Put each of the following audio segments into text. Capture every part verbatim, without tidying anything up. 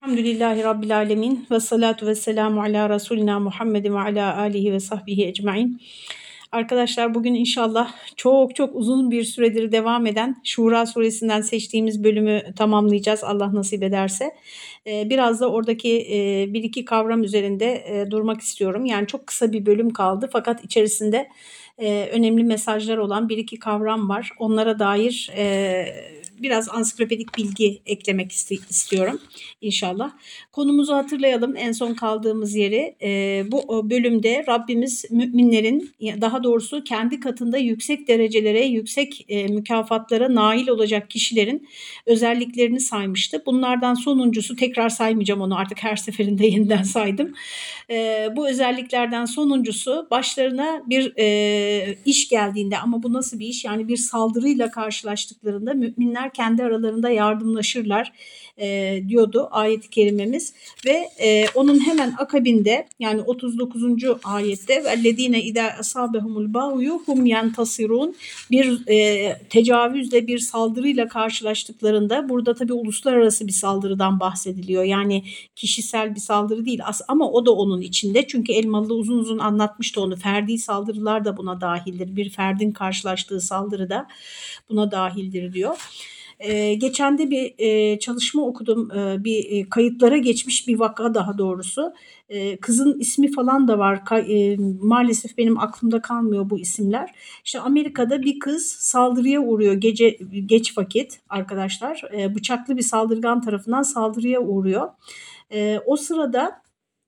Elhamdülillahi Rabbil Alemin ve salatu ve selamu ala Resulina Muhammedin ve ala alihi ve sahbihi ecmain. Arkadaşlar bugün inşallah çok çok uzun bir süredir devam eden Şura suresinden seçtiğimiz bölümü tamamlayacağız Allah nasip ederse. Ee, biraz da oradaki e, bir iki kavram üzerinde e, durmak istiyorum. Yani çok kısa bir bölüm kaldı fakat içerisinde e, önemli mesajlar olan bir iki kavram var. Onlara dair e, biraz ansiklopedik bilgi eklemek iste- istiyorum inşallah. Konumuzu hatırlayalım en son kaldığımız yeri. E, bu bölümde Rabbimiz müminlerin, daha doğrusu kendi katında yüksek derecelere, yüksek e, mükafatlara nail olacak kişilerin özelliklerini saymıştı. Bunlardan sonuncusu, tekrar saymayacağım onu, artık her seferinde yeniden saydım. E, bu özelliklerden sonuncusu, başlarına bir e, iş geldiğinde, ama bu nasıl bir iş? Yani bir saldırıyla karşılaştıklarında müminler kendi aralarında yardımlaşırlar e, diyordu ayet-i kerimemiz ve e, onun hemen akabinde, yani otuz dokuzuncu ayette vellezine ida asabehumul bagyu hum yantasirun, bir e, tecavüzle, bir saldırıyla karşılaştıklarında, burada tabii uluslararası bir saldırıdan bahsediliyor. Yani kişisel bir saldırı değil ama o da onun içinde, çünkü Elmalı uzun uzun anlatmıştı onu. Ferdi saldırılar da buna dahildir. Bir ferdin karşılaştığı saldırı da buna dahildir diyor. Ee, geçen de bir e, çalışma okudum, ee, bir e, kayıtlara geçmiş bir vaka, daha doğrusu. Ee, kızın ismi falan da var. Ka- e, maalesef benim aklımda kalmıyor bu isimler. İşte Amerika'da bir kız saldırıya uğruyor gece geç vakit arkadaşlar. Ee, bıçaklı bir saldırgan tarafından saldırıya uğruyor. Ee, o sırada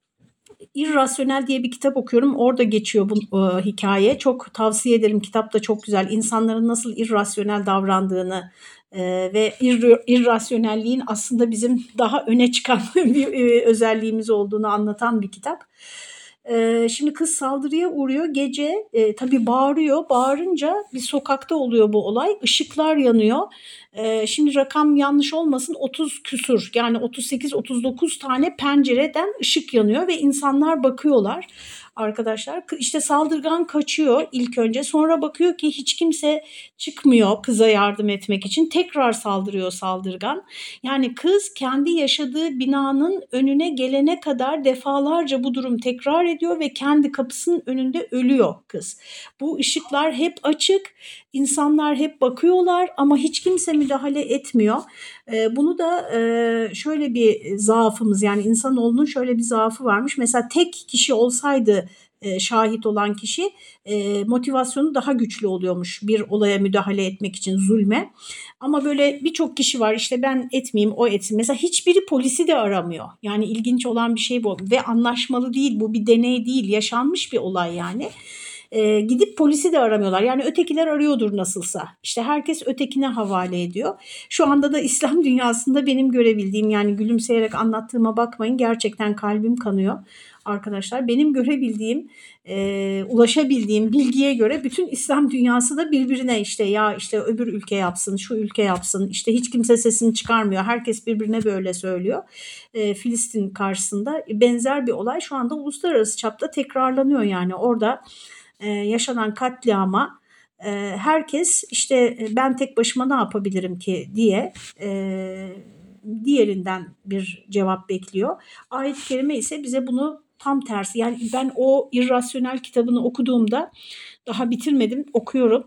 İrrasyonel diye bir kitap okuyorum. Orada geçiyor bu e, hikaye. Çok tavsiye ederim. Kitap da çok güzel. İnsanların nasıl irrasyonel davrandığını e, ve ir, irrasyonelliğin aslında bizim daha öne çıkan bir e, özelliğimiz olduğunu anlatan bir kitap. E, şimdi kız saldırıya uğruyor. Gece e, tabii bağırıyor. Bağırınca bir sokakta oluyor bu olay. Işıklar yanıyor. Ee, şimdi rakam yanlış olmasın, otuz küsur, yani otuz sekiz otuz dokuz tane pencereden ışık yanıyor ve insanlar bakıyorlar arkadaşlar. İşte saldırgan kaçıyor ilk önce, sonra bakıyor ki hiç kimse çıkmıyor kıza yardım etmek için, tekrar saldırıyor saldırgan. Yani kız kendi yaşadığı binanın önüne gelene kadar defalarca bu durum tekrar ediyor ve kendi kapısının önünde ölüyor kız. Bu ışıklar hep açık, insanlar hep bakıyorlar ama hiç kimse müdahale etmiyor. E, bunu da e, şöyle bir zaafımız, yani insanoğlunun şöyle bir zaafı varmış. Mesela tek kişi olsaydı e, şahit olan kişi e, motivasyonu daha güçlü oluyormuş bir olaya müdahale etmek için, zulme. Ama böyle birçok kişi var, işte ben etmeyeyim, o etsin. Mesela hiçbiri polisi de aramıyor. Yani ilginç olan bir şey bu ve anlaşmalı değil, bu bir deney değil, yaşanmış bir olay yani. E, gidip polisi de aramıyorlar. Yani ötekiler arıyordur nasılsa. İşte herkes ötekine havale ediyor. Şu anda da İslam dünyasında benim görebildiğim, yani gülümseyerek anlattığıma bakmayın, gerçekten kalbim kanıyor arkadaşlar. Benim görebildiğim, e, ulaşabildiğim bilgiye göre bütün İslam dünyası da birbirine, işte ya işte öbür ülke yapsın, şu ülke yapsın, işte hiç kimse sesini çıkarmıyor. Herkes birbirine böyle söylüyor. E, Filistin karşısında benzer bir olay şu anda uluslararası çapta tekrarlanıyor. Yani orada e, yaşanan katliama e, herkes işte e, ben tek başıma ne yapabilirim ki diye e, diğerinden bir cevap bekliyor. Ayet-i Kerime ise bize bunu tam tersi. Yani ben o irrasyonel kitabını okuduğumda, daha bitirmedim, okuyorum.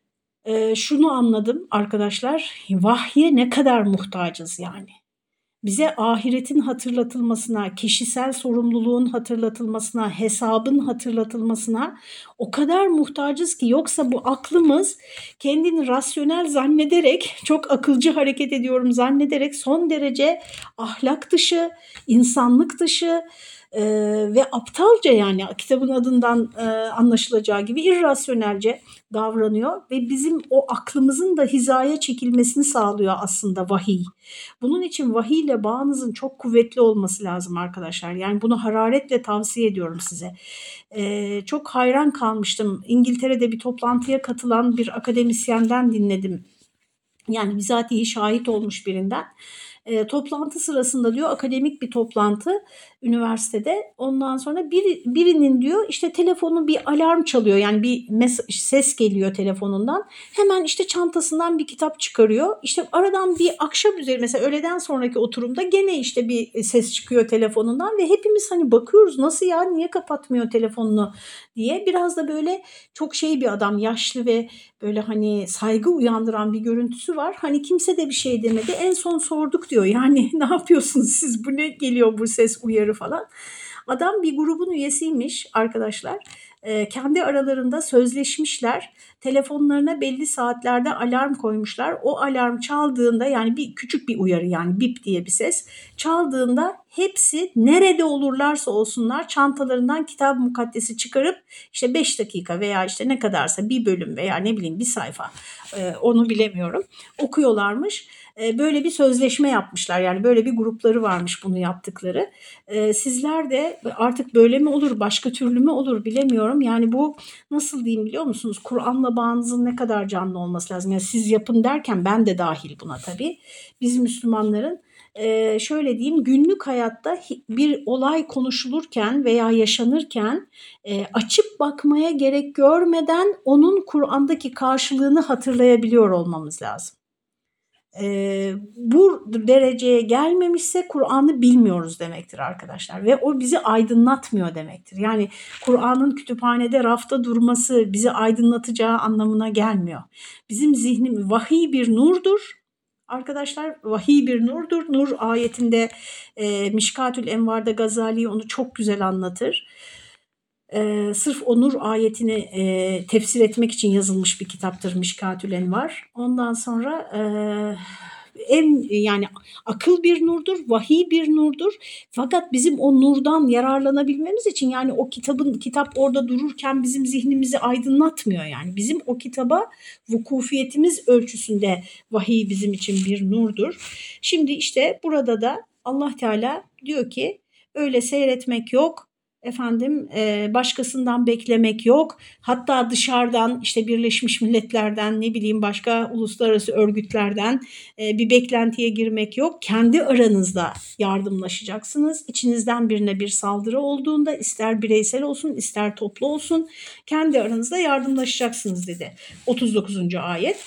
E, şunu anladım arkadaşlar, vahye ne kadar muhtacız yani. Bize ahiretin hatırlatılmasına, kişisel sorumluluğun hatırlatılmasına, hesabın hatırlatılmasına o kadar muhtacız ki, yoksa bu aklımız kendini rasyonel zannederek, çok akılcı hareket ediyorum zannederek son derece ahlak dışı, insanlık dışı e, ve aptalca, yani kitabın adından e, anlaşılacağı gibi irrasyonelce davranıyor ve bizim o aklımızın da hizaya çekilmesini sağlıyor aslında vahiy. Bunun için vahiyle bağınızın çok kuvvetli olması lazım arkadaşlar. Yani bunu hararetle tavsiye ediyorum size. Ee, çok hayran kalmıştım. İngiltere'de bir toplantıya katılan bir akademisyenden dinledim. Yani bizatihi şahit olmuş birinden. E, toplantı sırasında diyor, akademik bir toplantı üniversitede. Ondan sonra bir, birinin diyor işte telefonu bir alarm çalıyor. Yani bir mes- ses geliyor telefonundan. Hemen işte çantasından bir kitap çıkarıyor. İşte aradan bir akşam üzeri mesela öğleden sonraki oturumda gene işte bir ses çıkıyor telefonundan ve hepimiz hani bakıyoruz, nasıl ya, niye kapatmıyor telefonunu diye. Biraz da böyle çok şey bir adam, yaşlı ve böyle hani saygı uyandıran bir görüntüsü var. Hani kimse de bir şey demedi. En son sorduk diyor. Yani ne yapıyorsunuz siz? Bu ne geliyor bu ses, uyarı falan. Adam bir grubun üyesiymiş arkadaşlar. Ee, kendi aralarında sözleşmişler. Telefonlarına belli saatlerde alarm koymuşlar. O alarm çaldığında, yani bir küçük bir uyarı, yani bip diye bir ses çaldığında hepsi nerede olurlarsa olsunlar çantalarından Kitab-ı Mukaddes'i çıkarıp işte beş dakika veya işte ne kadarsa bir bölüm veya ne bileyim bir sayfa, e, onu bilemiyorum, okuyorlarmış. E, böyle bir sözleşme yapmışlar, yani böyle bir grupları varmış bunu yaptıkları. E, sizler de artık böyle mi olur, başka türlü mü olur bilemiyorum. Yani bu nasıl diyeyim biliyor musunuz? Kur'an'la bağınızın ne kadar canlı olması lazım. Yani siz yapın derken ben de dahil buna tabii. Biz Müslümanların e, şöyle diyeyim, günlük hayatta bir olay konuşulurken veya yaşanırken e, açıp bakmaya gerek görmeden onun Kur'an'daki karşılığını hatırlayabiliyor olmamız lazım. E, bu dereceye gelmemişse Kur'an'ı bilmiyoruz demektir arkadaşlar ve o bizi aydınlatmıyor demektir. Yani Kur'an'ın kütüphanede rafta durması bizi aydınlatacağı anlamına gelmiyor. Bizim zihnimiz, vahiy bir nurdur. Arkadaşlar, vahiy bir nurdur. Nur ayetinde e, Mişkatül Envar'da Gazali onu çok güzel anlatır. Ee, sırf o Nur ayetini e, tefsir etmek için yazılmış bir kitaptır Mişkatül Envar. Ondan sonra e, en yani akıl bir nurdur, vahiy bir nurdur. Fakat bizim o nurdan yararlanabilmemiz için, yani o kitabın kitap orada dururken bizim zihnimizi aydınlatmıyor yani. Bizim o kitaba vukufiyetimiz ölçüsünde vahiy bizim için bir nurdur. Şimdi işte burada da Allah Teala diyor ki öyle seyretmek yok. Efendim e, başkasından beklemek yok. Hatta dışarıdan işte Birleşmiş Milletler'den, ne bileyim başka uluslararası örgütlerden e, bir beklentiye girmek yok. Kendi aranızda yardımlaşacaksınız. İçinizden birine bir saldırı olduğunda, ister bireysel olsun ister toplu olsun, kendi aranızda yardımlaşacaksınız dedi. otuz dokuzuncu ayet.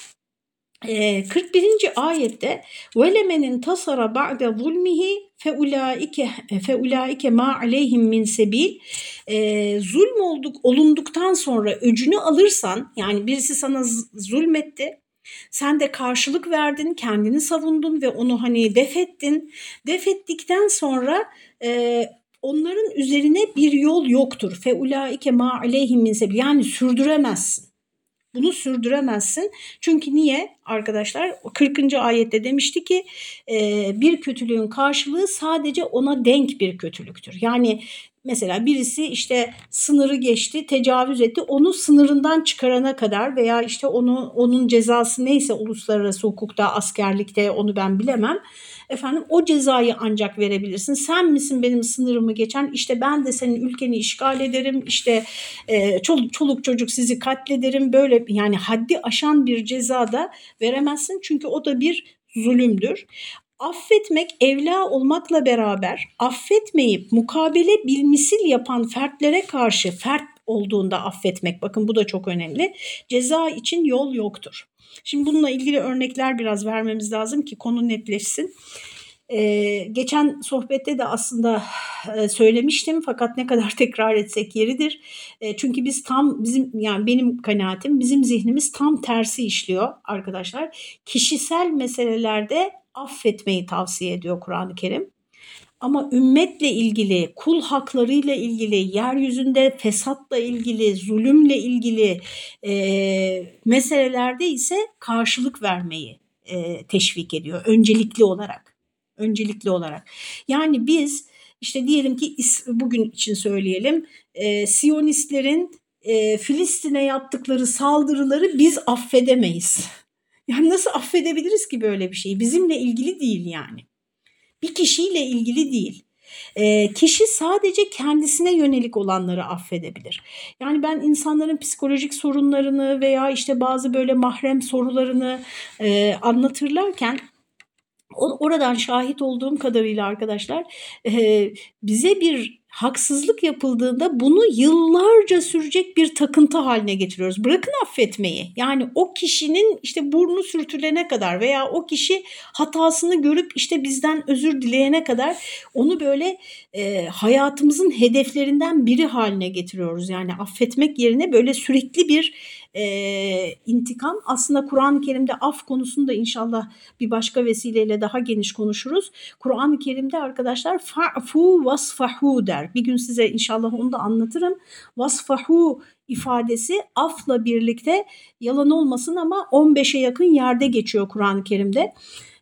kırk birinci ayette velemenin tasara ba'de zulmihi feulaike feulaike ma aleyhim min sebil, e, zulm olduk olunduktan sonra öcünü alırsan, yani birisi sana zulmetti, sen de karşılık verdin, kendini savundun ve onu hani def ettin. Def ettikten sonra e, onların üzerine bir yol yoktur. Feulaike ma aleyhim min sebil, yani sürdüremezsin. Bunu sürdüremezsin. Çünkü niye arkadaşlar? kırkıncı ayette demişti ki bir kötülüğün karşılığı sadece ona denk bir kötülüktür. Yani mesela birisi işte sınırı geçti, tecavüz etti. Onu sınırından çıkarana kadar veya işte onu onun cezası neyse uluslararası hukukta, askerlikte, onu ben bilemem. Efendim o cezayı ancak verebilirsin. Sen misin benim sınırımı geçen? İşte ben de senin ülkeni işgal ederim. İşte e, çoluk, çoluk çocuk sizi katlederim. Böyle yani haddi aşan bir ceza da veremezsin. Çünkü o da bir zulümdür. Affetmek evla olmakla beraber affetmeyip mukabele bilmisil yapan fertlere karşı, fert olduğunda affetmek, bakın bu da çok önemli, ceza için yol yoktur. Şimdi bununla ilgili örnekler biraz vermemiz lazım ki konu netleşsin. Ee, geçen sohbette de aslında e, söylemiştim fakat ne kadar tekrar etsek yeridir. E, çünkü biz tam bizim yani benim kanaatim bizim zihnimiz tam tersi işliyor arkadaşlar. Kişisel meselelerde affetmeyi tavsiye ediyor Kur'an-ı Kerim. Ama ümmetle ilgili, kul haklarıyla ilgili, yeryüzünde fesatla ilgili, zulümle ilgili e, meselelerde ise karşılık vermeyi e, teşvik ediyor öncelikli olarak. Öncelikli olarak. Yani biz işte diyelim ki bugün için söyleyelim, e, Siyonistlerin e, Filistin'e yaptıkları saldırıları biz affedemeyiz. Yani nasıl affedebiliriz ki böyle bir şeyi? Bizimle ilgili değil yani. Bir kişiyle ilgili değil. E, kişi sadece kendisine yönelik olanları affedebilir. Yani ben insanların psikolojik sorunlarını veya işte bazı böyle mahrem sorularını e, anlatırlarken O oradan şahit olduğum kadarıyla arkadaşlar, eee, bize bir haksızlık yapıldığında bunu yıllarca sürecek bir takıntı haline getiriyoruz. Bırakın affetmeyi, yani o kişinin işte burnu sürtülene kadar veya o kişi hatasını görüp işte bizden özür dileyene kadar onu böyle, eee, hayatımızın hedeflerinden biri haline getiriyoruz. Yani affetmek yerine böyle sürekli bir, eee, intikam. Aslında Kur'an-ı Kerim'de af konusunu da inşallah bir başka vesileyle daha geniş konuşuruz. Kur'an-ı Kerim'de arkadaşlar fa'fu vasfahu der. Bir gün size inşallah onu da anlatırım. Vasfahu ifadesi afla birlikte, yalan olmasın ama on beşe yakın yerde geçiyor Kur'an-ı Kerim'de.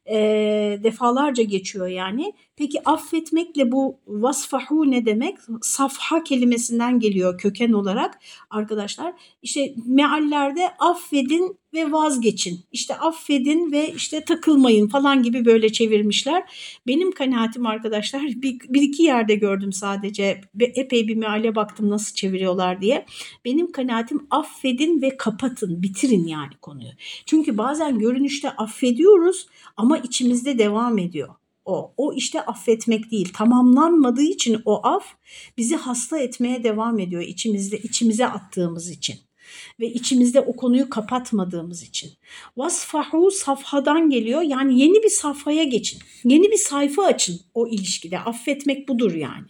Eee, defalarca geçiyor yani. Peki affetmekle bu vasfahu ne demek? Safha kelimesinden geliyor köken olarak arkadaşlar. İşte meallerde affedin ve vazgeçin. İşte affedin ve işte takılmayın falan gibi böyle çevirmişler. Benim kanaatim arkadaşlar, bir, bir iki yerde gördüm sadece. Epey bir meale baktım nasıl çeviriyorlar diye. Benim kanaatim affedin ve kapatın, bitirin yani konuyu. Çünkü bazen görünüşte affediyoruz ama içimizde devam ediyor. O, o işte affetmek değil. Tamamlanmadığı için o af bizi hasta etmeye devam ediyor içimizde, içimize attığımız için ve içimizde o konuyu kapatmadığımız için. Vasfahu safhadan geliyor. Yani yeni bir safhaya geçin. Yeni bir sayfa açın o ilişkide. Affetmek budur yani.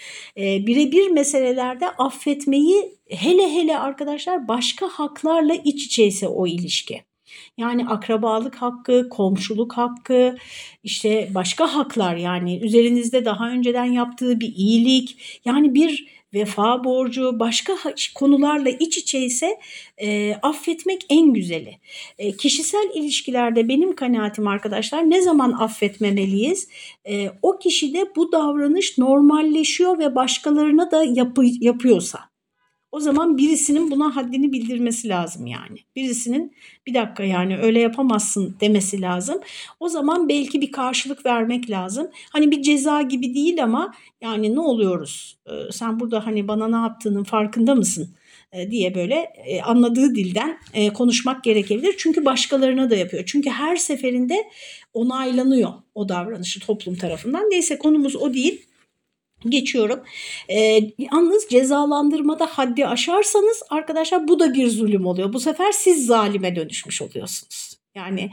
E, birebir meselelerde affetmeyi, hele hele arkadaşlar başka haklarla iç içeyse o ilişki. Yani akrabalık hakkı, komşuluk hakkı, işte başka haklar, yani üzerinizde daha önceden yaptığı bir iyilik, yani bir vefa borcu, başka konularla iç içeyse e, affetmek en güzeli. E, kişisel ilişkilerde benim kanaatim arkadaşlar, ne zaman affetmemeliyiz? E, o kişide bu davranış normalleşiyor ve başkalarına da yapı, yapıyorsa. O zaman birisinin buna haddini bildirmesi lazım yani. Birisinin bir dakika yani öyle yapamazsın demesi lazım. O zaman belki bir karşılık vermek lazım. Hani bir ceza gibi değil ama yani ne oluyoruz? Ee, sen burada hani bana ne yaptığının farkında mısın? Ee, diye böyle e, anladığı dilden e, konuşmak gerekebilir. Çünkü başkalarına da yapıyor. Çünkü her seferinde onaylanıyor o davranışı toplum tarafından. Neyse, konumuz o değil. Geçiyorum. Ee, yalnız cezalandırmada haddi aşarsanız arkadaşlar bu da bir zulüm oluyor. Bu sefer siz zalime dönüşmüş oluyorsunuz. Yani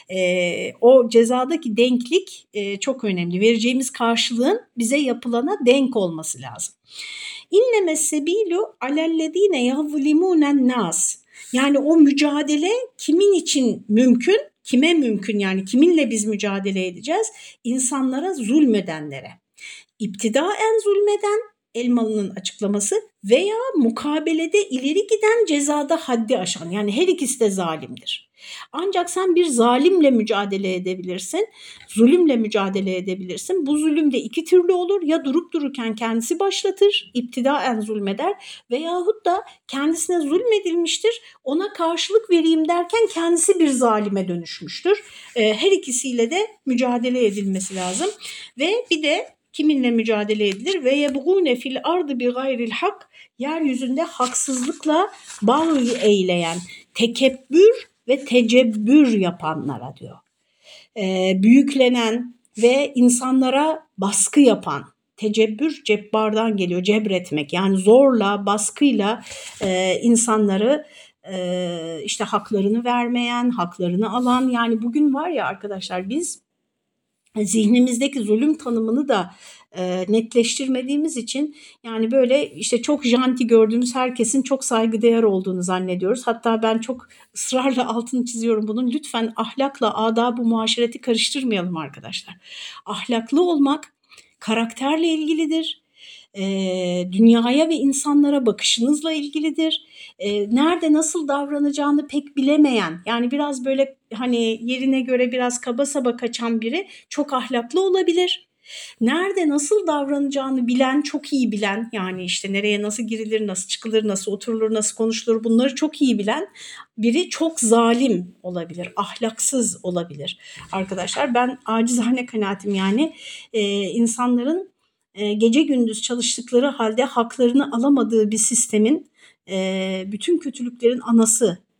e, o cezadaki denklik e, çok önemli. Vereceğimiz karşılığın bize yapılana denk olması lazım. İnneme sebilu alellezine yazlimunen nas. Yani o mücadele kimin için mümkün? Kime mümkün, yani kiminle biz mücadele edeceğiz? İnsanlara zulmedenlere. İptidaen zulmeden, Elmalı'nın açıklaması, veya mukabelede ileri giden, cezada haddi aşan, yani her ikisi de zalimdir. Ancak sen bir zalimle mücadele edebilirsin, zulümle mücadele edebilirsin. Bu zulüm de iki türlü olur: ya durup dururken kendisi başlatır, iptidaen zulmeder, veyahut da kendisine zulmedilmiştir, ona karşılık vereyim derken kendisi bir zalime dönüşmüştür. Her ikisiyle de mücadele edilmesi lazım. Ve bir de kiminle mücadele edilir? Ve yebgûne fil ardı bi gayril hak, yeryüzünde haksızlıkla bağ eyleyen, tekebbür ve tecebbür yapanlara diyor. Ee, büyüklenen ve insanlara baskı yapan, tecebbür cebbardan geliyor, cebretmek, yani zorla, baskıyla e, insanları e, işte haklarını vermeyen, haklarını alan. Yani bugün var ya arkadaşlar, biz zihnimizdeki zulüm tanımını da e, netleştirmediğimiz için yani böyle işte çok janti gördüğümüz herkesin çok saygıdeğer olduğunu zannediyoruz. Hatta ben çok ısrarla altını çiziyorum bunun. Lütfen ahlakla adab-ı muaşereti karıştırmayalım arkadaşlar. Ahlaklı olmak karakterle ilgilidir. E, dünyaya ve insanlara bakışınızla ilgilidir. E, nerede nasıl davranacağını pek bilemeyen, yani biraz böyle hani yerine göre biraz kaba saba kaçan biri çok ahlaklı olabilir. Nerede nasıl davranacağını bilen, çok iyi bilen, yani işte nereye nasıl girilir, nasıl çıkılır, nasıl oturulur, nasıl konuşulur, bunları çok iyi bilen biri çok zalim olabilir, ahlaksız olabilir. Arkadaşlar ben acizane kanaatim yani e, insanların e, gece gündüz çalıştıkları halde haklarını alamadığı bir sistemin e, bütün kötülüklerin anası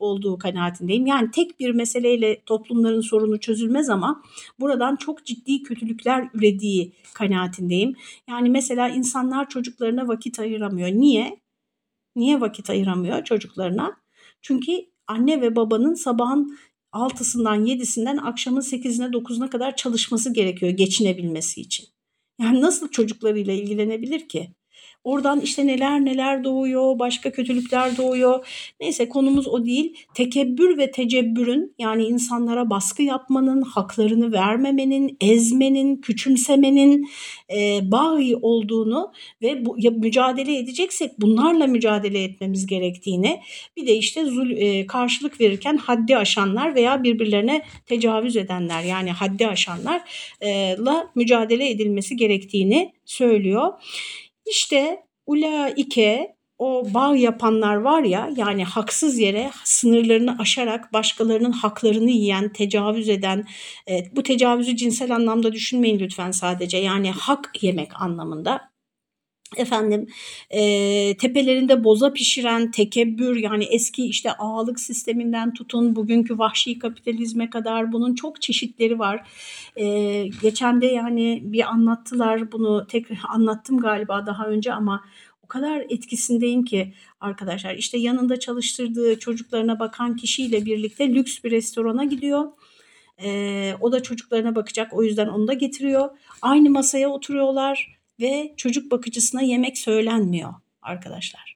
olduğu kanaatindeyim. Yani tek bir meseleyle toplumların sorunu çözülmez ama buradan çok ciddi kötülükler ürediği kanaatindeyim. Yani mesela insanlar çocuklarına vakit ayıramıyor. Niye? Niye vakit ayıramıyor çocuklarına? Çünkü anne ve babanın sabahın altısından yedisinden akşamın sekizine dokuzuna kadar çalışması gerekiyor geçinebilmesi için. Yani nasıl çocuklarıyla ilgilenebilir ki? Oradan işte neler neler doğuyor, başka kötülükler doğuyor. Neyse konumuz o değil. Tekebbür ve tecebbürün yani insanlara baskı yapmanın, haklarını vermemenin, ezmenin, küçümsemenin e, bağı olduğunu ve bu, ya mücadele edeceksek bunlarla mücadele etmemiz gerektiğini, bir de işte zul, e, karşılık verirken haddi aşanlar veya birbirlerine tecavüz edenler yani haddi aşanlarla mücadele edilmesi gerektiğini söylüyor. İşte ulaike o bağ yapanlar var ya yani haksız yere sınırlarını aşarak başkalarının haklarını yiyen, tecavüz eden, e, bu tecavüzü cinsel anlamda düşünmeyin lütfen sadece yani hak yemek anlamında. Efendim e, tepelerinde boza pişiren tekebbür yani eski işte ağalık sisteminden tutun bugünkü vahşi kapitalizme kadar bunun çok çeşitleri var. E, geçen de yani bir anlattılar bunu tekrar anlattım galiba daha önce ama o kadar etkisindeyim ki arkadaşlar işte yanında çalıştırdığı çocuklarına bakan kişiyle birlikte lüks bir restorana gidiyor. Ee, o da çocuklarına bakacak o yüzden onu da getiriyor. Aynı masaya oturuyorlar ve çocuk bakıcısına yemek söylenmiyor arkadaşlar.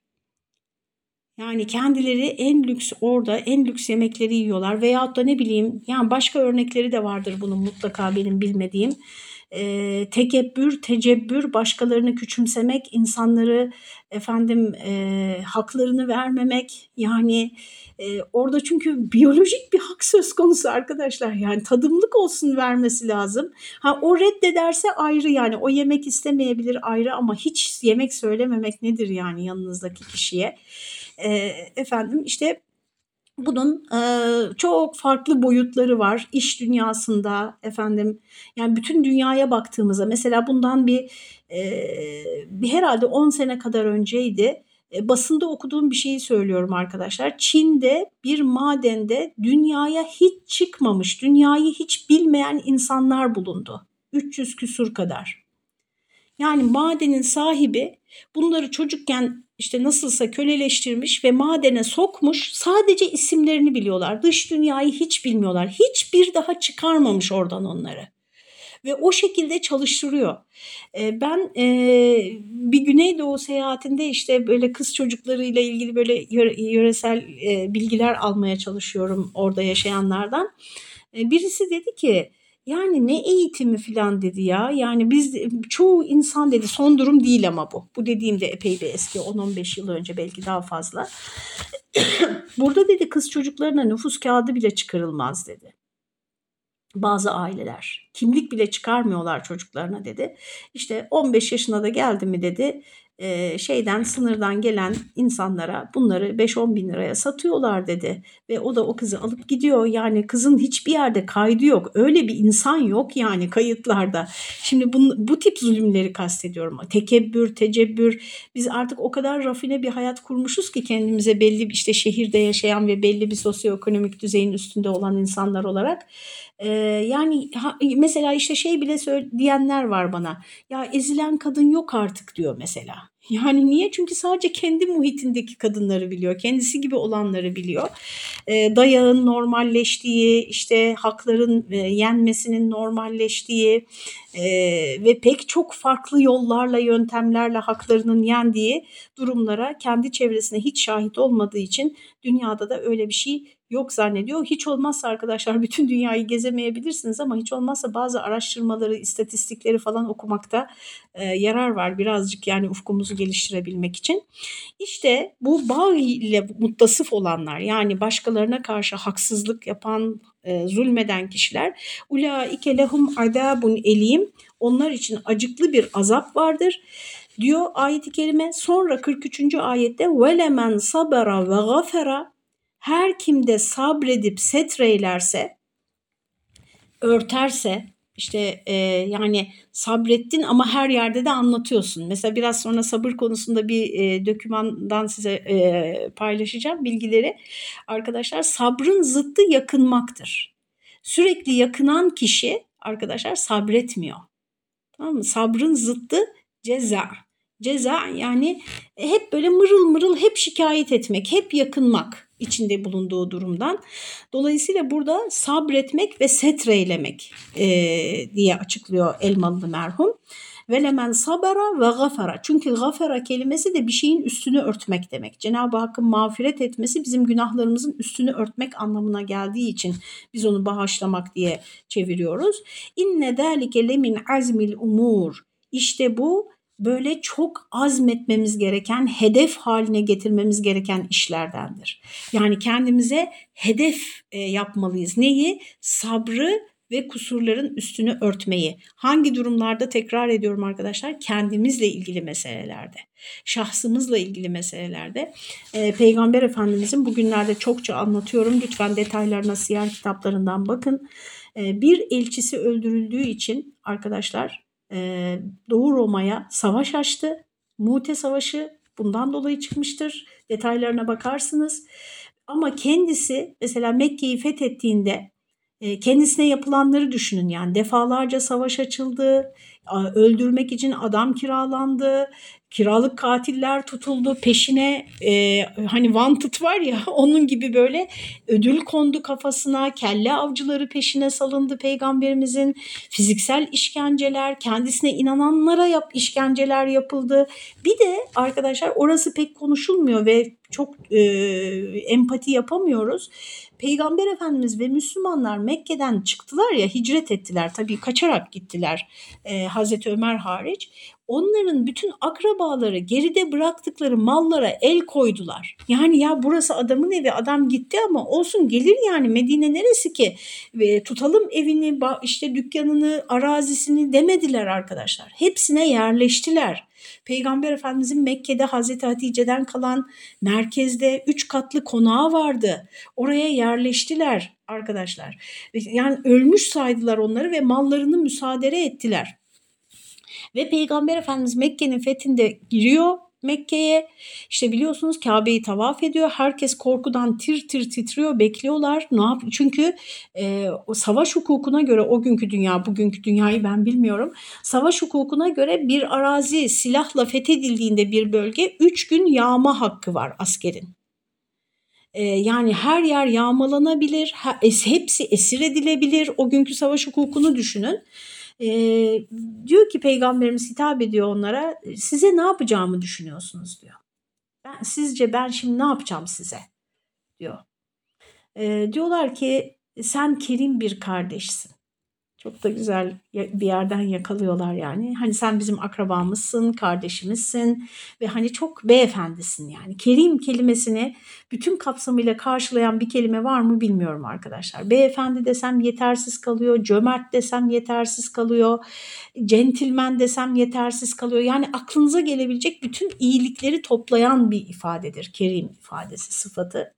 Yani kendileri en lüks orada en lüks yemekleri yiyorlar veyahut da ne bileyim yani başka örnekleri de vardır bunun mutlaka benim bilmediğim. Eee, tekebbür, tecebbür, başkalarını küçümsemek, insanları efendim eee, haklarını vermemek yani eee, orada çünkü biyolojik bir hak söz konusu arkadaşlar yani tadımlık olsun vermesi lazım. Ha o reddederse ayrı yani o yemek istemeyebilir ayrı ama hiç yemek söylememek nedir yani yanınızdaki kişiye? Eee, efendim işte bunun, eee, çok farklı boyutları var iş dünyasında efendim, yani bütün dünyaya baktığımızda mesela bundan bir, eee, bir herhâlde on sene kadar önceydi. Eee, basında okuduğum bir şeyi söylüyorum arkadaşlar. Çin'de bir madende dünyaya hiç çıkmamış, dünyayı hiç bilmeyen insanlar bulundu. üç yüz küsur kadar. Yani madenin sahibi bunları çocukken işte nasılsa köleleştirmiş ve madene sokmuş. Sadece isimlerini biliyorlar. Dış dünyayı hiç bilmiyorlar. Hiçbir daha çıkarmamış oradan onları. Ve o şekilde çalıştırıyor. Eee, ben, eee, bir Güneydoğu seyahatinde işte böyle kız çocuklarıyla ilgili böyle yöre yöresel, eee, bilgiler almaya çalışıyorum orada yaşayanlardan. Eee, birisi dedi ki, "Yani ne eğitimi filan" dedi ya. "Yani biz çoğu insan" dedi, "son durum değil ama bu. Bu dediğim de epey bir eski on on beş yıl önce belki daha fazla. Burada" dedi, "kız çocuklarına nüfus kağıdı bile çıkarılmaz." dedi. Bazı aileler. Kimlik bile çıkarmıyorlar çocuklarına dedi. İşte on beş yaşına da geldi mi dedi, eee, şeyden sınırdan gelen insanlara bunları beş on bin liraya satıyorlar dedi ve o da o kızı alıp gidiyor. Yani kızın hiçbir yerde kaydı yok. Öyle bir insan yok yani kayıtlarda. Şimdi bun bu tip zulümleri kastediyorum. Tekebbür, tecebbür. Biz artık o kadar rafine bir hayat kurmuşuz ki kendimize belli bir işte şehirde yaşayan ve belli bir sosyoekonomik düzeyin üstünde olan insanlar olarak. Eee, yani ha mesela işte şey bile söyle diyenler var bana, "Ya ezilen kadın yok artık." diyor mesela. Yani niye? Çünkü sadece kendi muhitindeki kadınları biliyor. Kendisi gibi olanları biliyor. Eee, dayağın normalleştiği, işte hakların, eee, yenmesinin normalleştiği, eee, ve pek çok farklı yollarla, yöntemlerle haklarının yendiği durumlara kendi çevresine hiç şahit olmadığı için dünyada da öyle bir şey yok zannediyor. Hiç olmazsa arkadaşlar bütün dünyayı gezemeyebilirsiniz ama hiç olmazsa bazı araştırmaları, istatistikleri falan okumakta, eee, yarar var birazcık yani ufkumuzu geliştirebilmek için. İşte bu bağ ile muttasıf olanlar yani başkalarına karşı haksızlık yapan, eee, zulmeden kişiler ulaike lehum azabun elim onlar için acıklı bir azap vardır diyor ayet-i kerime. Sonra kırk üçüncü ayette ve lemen sabara ve gafera her kim de sabredip setreylerse, örterse İşte e, yani sabrettin ama her yerde de anlatıyorsun. Mesela biraz sonra sabır konusunda bir e, dokümandan size e, paylaşacağım bilgileri. Arkadaşlar sabrın zıttı yakınmaktır. Sürekli yakınan kişi arkadaşlar sabretmiyor. Tamam mı? Sabrın zıttı ceza. Ceza yani hep böyle mırıl mırıl hep şikayet etmek, hep yakınmak içinde bulunduğu durumdan. Dolayısıyla burada sabretmek ve setreylemek e, diye açıklıyor Elmalı merhum. Ve lemen sabara ve gafara. Çünkü gafara kelimesi de bir şeyin üstünü örtmek demek. Cenab-ı Hakk'ın mağfiret etmesi bizim günahlarımızın üstünü örtmek anlamına geldiği için biz onu bağışlamak diye çeviriyoruz. İnne zâlike lemin azmil umur. İşte bu böyle çok azmetmemiz gereken, hedef haline getirmemiz gereken işlerdendir. Yani kendimize hedef e, yapmalıyız. Neyi? Sabrı ve kusurların üstünü örtmeyi. Hangi durumlarda, tekrar ediyorum arkadaşlar, kendimizle ilgili meselelerde, şahsımızla ilgili meselelerde. E, Peygamber Efendimizin bugünlerde çokça anlatıyorum. Lütfen detaylarına siyer kitaplarından bakın. E, bir elçisi öldürüldüğü için arkadaşlar e, Doğu Roma'ya savaş açtı. Mu'te Savaşı bundan dolayı çıkmıştır. Detaylarına bakarsınız. Ama kendisi mesela Mekke'yi fethettiğinde kendisine yapılanları düşünün, yani defalarca savaş açıldı, öldürmek için adam kiralandı, kiralık katiller tutuldu, peşine e, hani wanted var ya onun gibi böyle ödül kondu kafasına, kelle avcıları peşine salındı peygamberimizin, fiziksel işkenceler, kendisine inananlara yap işkenceler yapıldı. Bir de arkadaşlar orası pek konuşulmuyor ve çok e, empati yapamıyoruz. Peygamber Efendimiz ve Müslümanlar Mekke'den çıktılar ya, hicret ettiler, tabii kaçarak gittiler e, Hazreti Ömer hariç. Onların bütün akrabaları geride bıraktıkları mallara el koydular. Yani ya burası adamın evi, adam gitti ama olsun, gelir yani, Medine neresi ki? Ve tutalım evini, işte dükkanını, arazisini demediler arkadaşlar. Hepsine yerleştiler. Peygamber Efendimizin Mekke'de Hazreti Hatice'den kalan merkezde üç katlı konağı vardı. Oraya yerleştiler arkadaşlar. Yani ölmüş saydılar onları ve mallarını müsaade ettiler. Ve Peygamber Efendimiz Mekke'nin fethinde giriyor Mekke'ye. İşte biliyorsunuz Kabe'yi tavaf ediyor. Herkes korkudan tir tir titriyor, bekliyorlar. Ne yap? Çünkü e, o savaş hukukuna göre, o günkü dünya, bugünkü dünyayı ben bilmiyorum. Savaş hukukuna göre bir arazi silahla fethedildiğinde bir bölge üç gün yağma hakkı var askerin. Ee, yani her yer yağmalanabilir, hepsi esir edilebilir. O günkü savaş hukukunu düşünün. Ee, diyor ki Peygamberimiz hitap ediyor onlara, size ne yapacağımı düşünüyorsunuz diyor. Ben, sizce ben şimdi ne yapacağım size diyor. Ee, diyorlar ki sen kerim bir kardeşsin. Çok da güzel bir yerden yakalıyorlar yani. Hani sen bizim akrabamızsın, kardeşimizsin ve hani çok beyefendisin yani. Kerim kelimesini bütün kapsamıyla karşılayan bir kelime var mı bilmiyorum arkadaşlar. Beyefendi desem yetersiz kalıyor, cömert desem yetersiz kalıyor, centilmen desem yetersiz kalıyor. Yani aklınıza gelebilecek bütün iyilikleri toplayan bir ifadedir kerim ifadesi, sıfatı.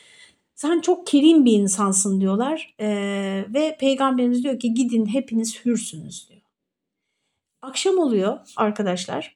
Sen çok kerim bir insansın diyorlar ee, ve Peygamberimiz diyor ki gidin hepiniz hürsünüz diyor. Akşam oluyor arkadaşlar,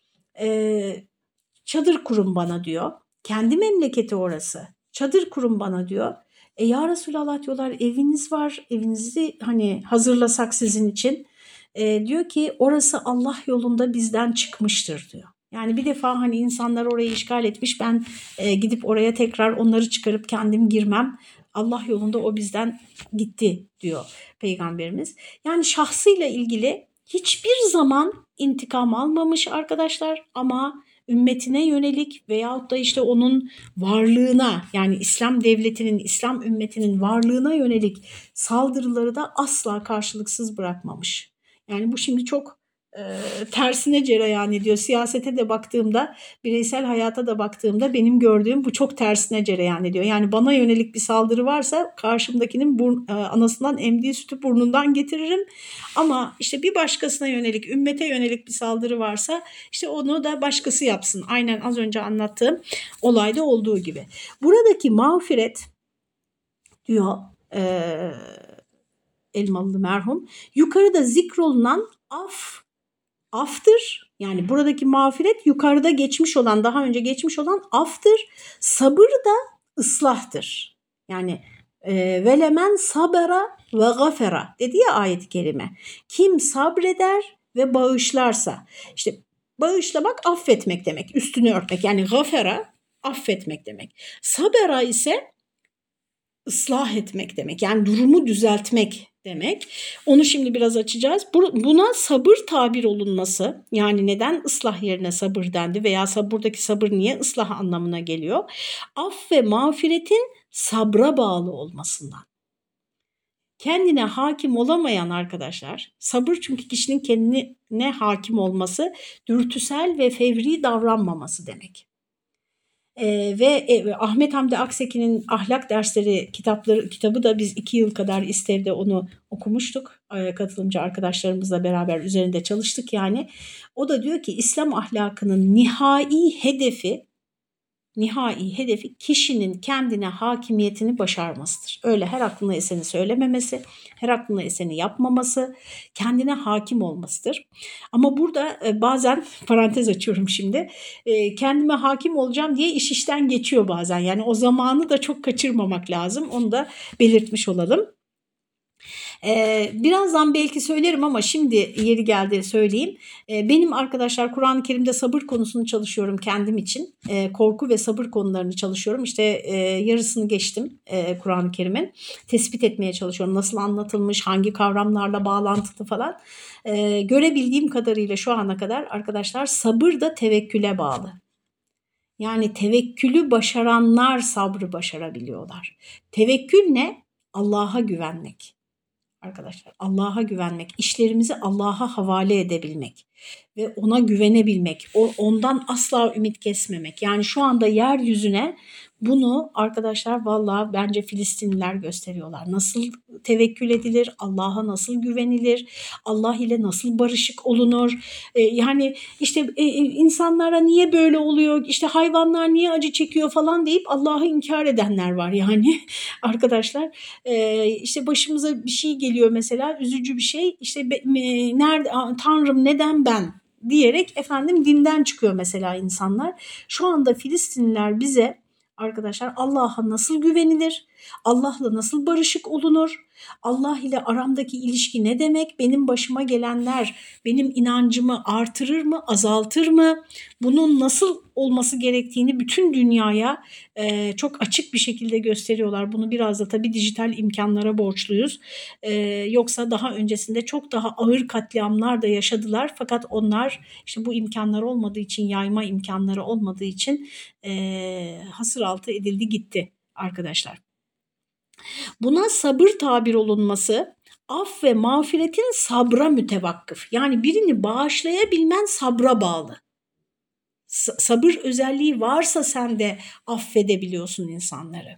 ee, çadır kurun bana diyor. Kendi memleketi orası. Çadır kurun bana diyor. E ya Resulallah diyorlar, eviniz var, evinizi hani hazırlasak sizin için. E, diyor ki orası Allah yolunda bizden çıkmıştır diyor. Yani bir defa hani insanlar orayı işgal etmiş, ben e, gidip oraya tekrar onları çıkarıp kendim girmem. Allah yolunda o bizden gitti diyor Peygamberimiz. Yani şahsıyla ilgili hiçbir zaman intikam almamış arkadaşlar, ama ümmetine yönelik veyahut da işte onun varlığına, yani İslam devletinin, İslam ümmetinin varlığına yönelik saldırıları da asla karşılıksız bırakmamış. Yani bu şimdi çok e, tersine cereyan ediyor. Siyasete de baktığımda, bireysel hayata da baktığımda benim gördüğüm bu çok tersine cereyan ediyor. Yani bana yönelik bir saldırı varsa karşımdakinin bur, e, anasından emdiği sütü burnundan getiririm. Ama işte bir başkasına yönelik, ümmete yönelik bir saldırı varsa işte onu da başkası yapsın. Aynen az önce anlattığım olayda olduğu gibi. Buradaki mağfiret diyor eee Elmalılı merhum. Yukarıda zikrolunan af, aftır. Yani buradaki mağfiret yukarıda geçmiş olan, daha önce geçmiş olan aftır. Sabır da ıslahtır. Yani e, velemen sabera ve gafera dedi ya ayet-i kerime. Kim sabreder ve bağışlarsa. İşte bağışlamak affetmek demek. Üstünü örtmek. Yani gafera affetmek demek. Sabera ise ıslah etmek demek. Yani durumu düzeltmek demek. Onu şimdi biraz açacağız. Buna sabır tabir olunması, yani neden ıslah yerine sabır dendi veya buradaki sabır niye ıslah anlamına geliyor? Af ve mağfiretin sabra bağlı olmasından. Kendine hakim olamayan arkadaşlar, sabır çünkü kişinin kendine hakim olması, dürtüsel ve fevri davranmaması demek. Ee, ve e, Ahmet Hamdi Akseki'nin ahlak dersleri kitapları kitabı da biz iki yıl kadar İstev'de onu okumuştuk. Ee, katılımcı arkadaşlarımızla beraber üzerinde çalıştık yani. O da diyor ki İslam ahlakının nihai hedefi nihai hedefi kişinin kendine hakimiyetini başarmasıdır. Öyle her aklına eseni söylememesi, her aklına eseni yapmaması, kendine hakim olmasıdır. Ama burada e, bazen parantez açıyorum şimdi, e, kendime hakim olacağım diye iş işten geçiyor bazen. Yani o zamanı da çok kaçırmamak lazım. Onu da belirtmiş olalım. Ee, birazdan belki söylerim ama şimdi yeri geldi söyleyeyim. Ee, benim arkadaşlar Kur'an-ı Kerim'de sabır konusunu çalışıyorum kendim için. Ee, korku ve sabır konularını çalışıyorum. İşte e, yarısını geçtim e, Kur'an-ı Kerim'in. Tespit etmeye çalışıyorum. Nasıl anlatılmış, hangi kavramlarla bağlantılı falan. Ee, görebildiğim kadarıyla şu ana kadar arkadaşlar sabır da tevekküle bağlı. Yani tevekkülü başaranlar sabrı başarabiliyorlar. Tevekkül ne? Allah'a güvenmek. Arkadaşlar Allah'a güvenmek, işlerimizi Allah'a havale edebilmek ve ona güvenebilmek, o, ondan asla ümit kesmemek. Yani şu anda yeryüzüne bunu arkadaşlar vallahi bence Filistinliler gösteriyorlar. Nasıl tevekkül edilir, Allah'a nasıl güvenilir, Allah ile nasıl barışık olunur. Ee, yani işte e, insanlara niye böyle oluyor, işte hayvanlar niye acı çekiyor falan deyip Allah'ı inkar edenler var yani arkadaşlar. E, işte başımıza bir şey geliyor mesela, üzücü bir şey, işte be, e, nerede Tanrım neden ben diyerek efendim dinden çıkıyor mesela insanlar. Şu anda Filistinliler bize arkadaşlar Allah'a nasıl güvenilir, Allah'la nasıl barışık olunur, Allah ile aramdaki ilişki ne demek, benim başıma gelenler benim inancımı artırır mı, azaltır mı, bunun nasıl olması gerektiğini bütün dünyaya e, çok açık bir şekilde gösteriyorlar. Bunu biraz da tabii dijital imkanlara borçluyuz. E, yoksa daha öncesinde çok daha ağır katliamlar da yaşadılar. Fakat onlar işte bu imkanlar olmadığı için, yayma imkanları olmadığı için e, hasır altı edildi gitti arkadaşlar. Buna sabır tabir olunması, af ve mağfiretin sabra mütevakkıf. Yani birini bağışlayabilmen sabra bağlı. Sabır özelliği varsa sen de affedebiliyorsun insanları.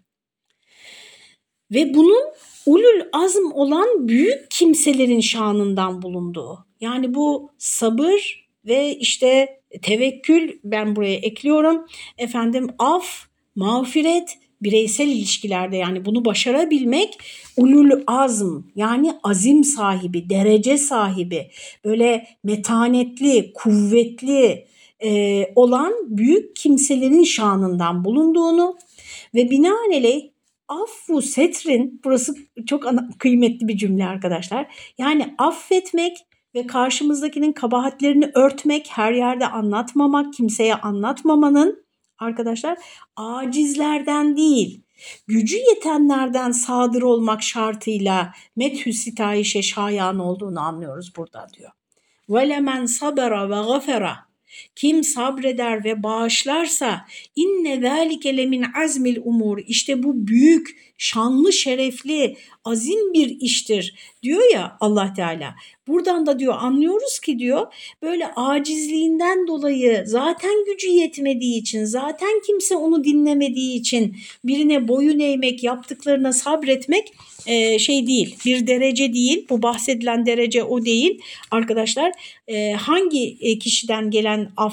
Ve bunun ulul azm olan büyük kimselerin şanından bulunduğu. Yani bu sabır ve işte tevekkül, ben buraya ekliyorum. Efendim af, mağfiret, bireysel ilişkilerde yani bunu başarabilmek ulul azm, yani azim sahibi, derece sahibi, böyle metanetli, kuvvetli e, olan büyük kimselerin şanından bulunduğunu ve binaenaleyh affu setrin, burası çok ana, kıymetli bir cümle arkadaşlar. Yani affetmek ve karşımızdakinin kabahatlerini örtmek, her yerde anlatmamak, kimseye anlatmamanın arkadaşlar acizlerden değil, gücü yetenlerden sadır olmak şartıyla methü sitayişe şayan olduğunu anlıyoruz burada diyor. وَلَمَنْ صَبَرَ وَغَفَرَ Kim sabreder ve bağışlarsa inne zâlike lemin azmil umur. İşte bu büyük, şanlı, şerefli, azim bir iştir diyor ya Allah Teala. Buradan da diyor anlıyoruz ki diyor böyle acizliğinden dolayı, zaten gücü yetmediği için, zaten kimse onu dinlemediği için birine boyun eğmek, yaptıklarına sabretmek e, şey değil, bir derece değil. Bu bahsedilen derece o değil arkadaşlar. E, hangi kişiden gelen af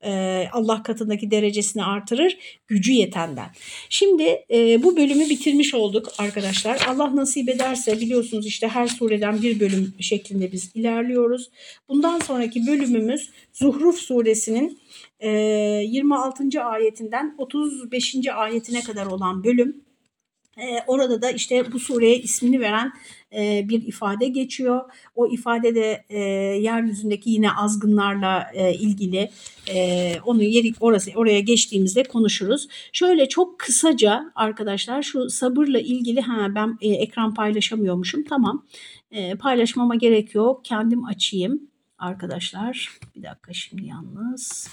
e, Allah katındaki derecesini artırır gücü yetenden. Şimdi e, bu bölümü bitirmiş olduk arkadaşlar. Allah nasip ederse biliyorsunuz işte her sureden bir bölüm şeklinde biz ilerliyoruz. Bundan sonraki bölümümüz Zuhruf suresinin e, yirmi altıncı ayetinden otuz beşinci ayetine kadar olan bölüm. Ee, orada da işte bu sureye ismini veren e, bir ifade geçiyor. O ifade de e, yeryüzündeki yine azgınlarla e, ilgili. E, onu yeri orası oraya geçtiğimizde konuşuruz. Şöyle çok kısaca arkadaşlar şu sabırla ilgili ha ben e, ekran paylaşamıyormuşum. Tamam. E, paylaşmama gerek yok. Kendim açayım arkadaşlar. Bir dakika şimdi yalnız.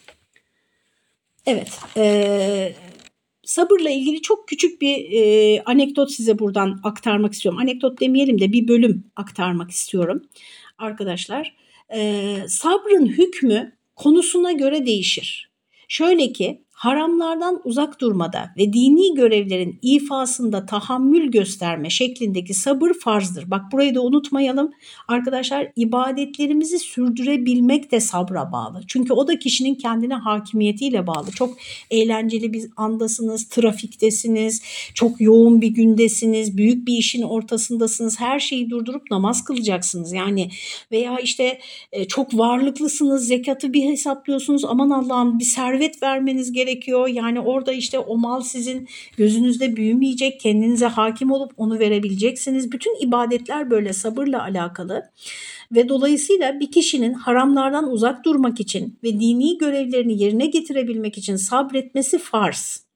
Evet. Eee Sabırla ilgili çok küçük bir e, anekdot size buradan aktarmak istiyorum. Anekdot demeyelim de bir bölüm aktarmak istiyorum arkadaşlar. E, sabrın hükmü konusuna göre değişir. Şöyle ki haramlardan uzak durmada ve dini görevlerin ifasında tahammül gösterme şeklindeki sabır farzdır. Bak burayı da unutmayalım. Arkadaşlar ibadetlerimizi sürdürebilmek de sabra bağlı. Çünkü o da kişinin kendine hakimiyetiyle bağlı. Çok eğlenceli bir andasınız, trafiktesiniz, çok yoğun bir gündesiniz, büyük bir işin ortasındasınız. Her şeyi durdurup namaz kılacaksınız. Yani veya işte e, çok varlıklısınız, zekatı bir hesaplıyorsunuz. Aman Allah'ım bir servet vermeniz gerekiyor. Yani orada işte o mal sizin gözünüzde büyümeyecek. Kendinize hakim olup onu verebileceksiniz. Bütün ibadetler böyle sabırla alakalı. Ve dolayısıyla bir kişinin haramlardan uzak durmak için ve dini görevlerini yerine getirebilmek için sabretmesi farz.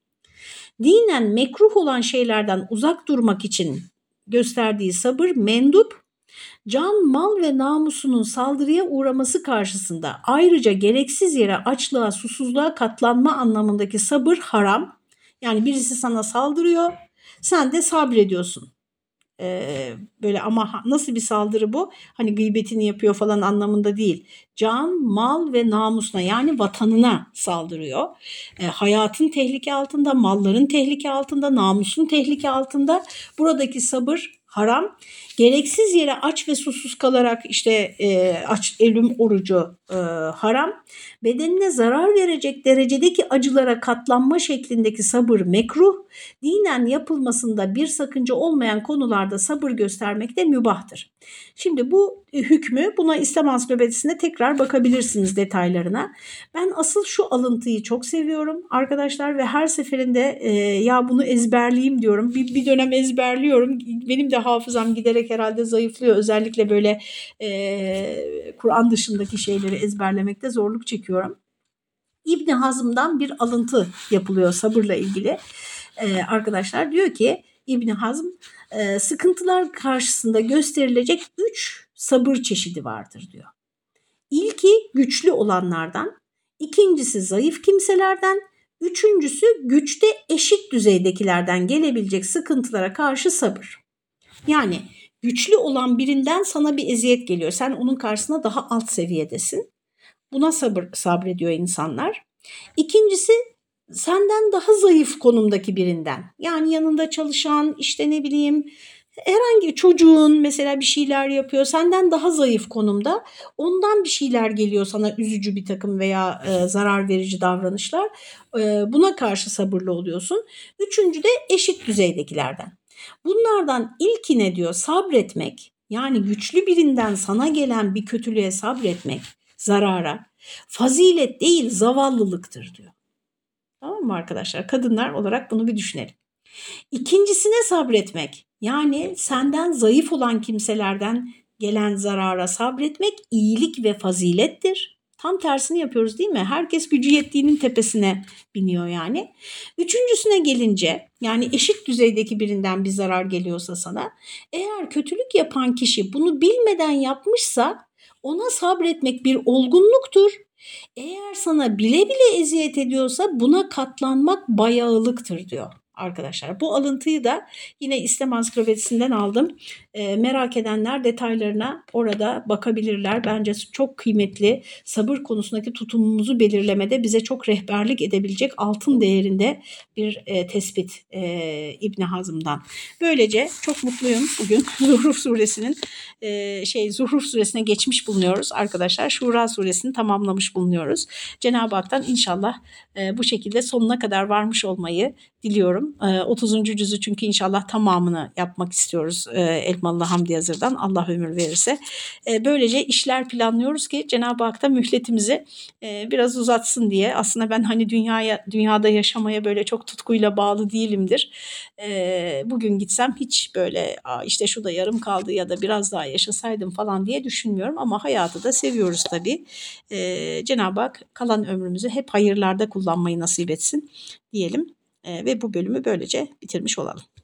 Dinen mekruh olan şeylerden uzak durmak için gösterdiği sabır mendup, can, mal ve namusunun saldırıya uğraması karşısında ayrıca gereksiz yere açlığa, susuzluğa katlanma anlamındaki sabır haram. Yani birisi sana saldırıyor, sen de sabrediyorsun. Ee, böyle ama nasıl bir saldırı bu? Hani gıybetini yapıyor falan anlamında değil. Can, mal ve namusuna yani vatanına saldırıyor. E, hayatın tehlike altında, malların tehlike altında, namusun tehlike altında. Buradaki sabır haram. Gereksiz yere aç ve susuz kalarak işte e, aç ölüm orucu e, haram. Bedenine zarar verecek derecedeki acılara katlanma şeklindeki sabır mekruh. Dinen yapılmasında bir sakınca olmayan konularda sabır göstermek de mübahtır. Şimdi bu hükmü buna İslam Ansiklopedisi'nde tekrar bakabilirsiniz detaylarına. Ben asıl şu alıntıyı çok seviyorum arkadaşlar ve her seferinde e, ya bunu ezberleyeyim diyorum. Bir, bir dönem ezberliyorum. Benim de hafızam giderek herhalde zayıflıyor. Özellikle böyle e, Kur'an dışındaki şeyleri ezberlemekte zorluk çekiyorum. İbn Hazm'dan bir alıntı yapılıyor sabırla ilgili. Ee, arkadaşlar diyor ki İbn Hazm e, sıkıntılar karşısında gösterilecek üç sabır çeşidi vardır diyor. İlki güçlü olanlardan, ikincisi zayıf kimselerden, üçüncüsü güçte eşit düzeydekilerden gelebilecek sıkıntılara karşı sabır. Yani güçlü olan birinden sana bir eziyet geliyor. Sen onun karşısında daha alt seviyedesin. Buna sabır sabrediyor insanlar. İkincisi senden daha zayıf konumdaki birinden. Yani yanında çalışan işte ne bileyim herhangi çocuğun mesela bir şeyler yapıyor senden daha zayıf konumda ondan bir şeyler geliyor sana üzücü bir takım veya e, zarar verici davranışlar e, buna karşı sabırlı oluyorsun. Üçüncü de eşit düzeydekilerden. Bunlardan ilkine diyor sabretmek yani güçlü birinden sana gelen bir kötülüğe sabretmek zarara fazilet değil zavallılıktır diyor. Tamam mı arkadaşlar? Kadınlar olarak bunu bir düşünelim. İkincisine sabretmek yani senden zayıf olan kimselerden gelen zarara sabretmek iyilik ve fazilettir. Tam tersini yapıyoruz değil mi? Herkes gücü yettiğinin tepesine biniyor yani. Üçüncüsüne gelince yani eşit düzeydeki birinden bir zarar geliyorsa sana eğer kötülük yapan kişi bunu bilmeden yapmışsa ona sabretmek bir olgunluktur. Eğer sana bile bile eziyet ediyorsa buna katlanmak bayağılıktır diyor arkadaşlar. Bu alıntıyı da yine İslam Ansiklopedisinden aldım. E, merak edenler detaylarına orada bakabilirler. Bence çok kıymetli, sabır konusundaki tutumumuzu belirlemede bize çok rehberlik edebilecek altın değerinde bir e, tespit e, İbn Hazm'dan. Böylece çok mutluyum bugün Zuhruf suresinin e, şey Zuhruf suresine geçmiş bulunuyoruz arkadaşlar. Şura suresini tamamlamış bulunuyoruz. Cenab-ı Hak'tan inşallah e, bu şekilde sonuna kadar varmış olmayı diliyorum. E, otuzuncu cüzü çünkü inşallah tamamını yapmak istiyoruz e, Elmalı Hamdi Yazır'dan, Allah ömür verirse. E, böylece işler planlıyoruz ki Cenab-ı Hak da mühletimizi e, biraz uzatsın diye. Aslında ben hani dünyaya dünyada yaşamaya böyle çok tutkuyla bağlı değilimdir. E, bugün gitsem hiç böyle işte şu da yarım kaldı ya da biraz daha yaşasaydım falan diye düşünmüyorum ama hayatı da seviyoruz tabii. E, Cenab-ı Hak kalan ömrümüzü hep hayırlarda kullanmayı nasip etsin diyelim. E, ve bu bölümü böylece bitirmiş olalım.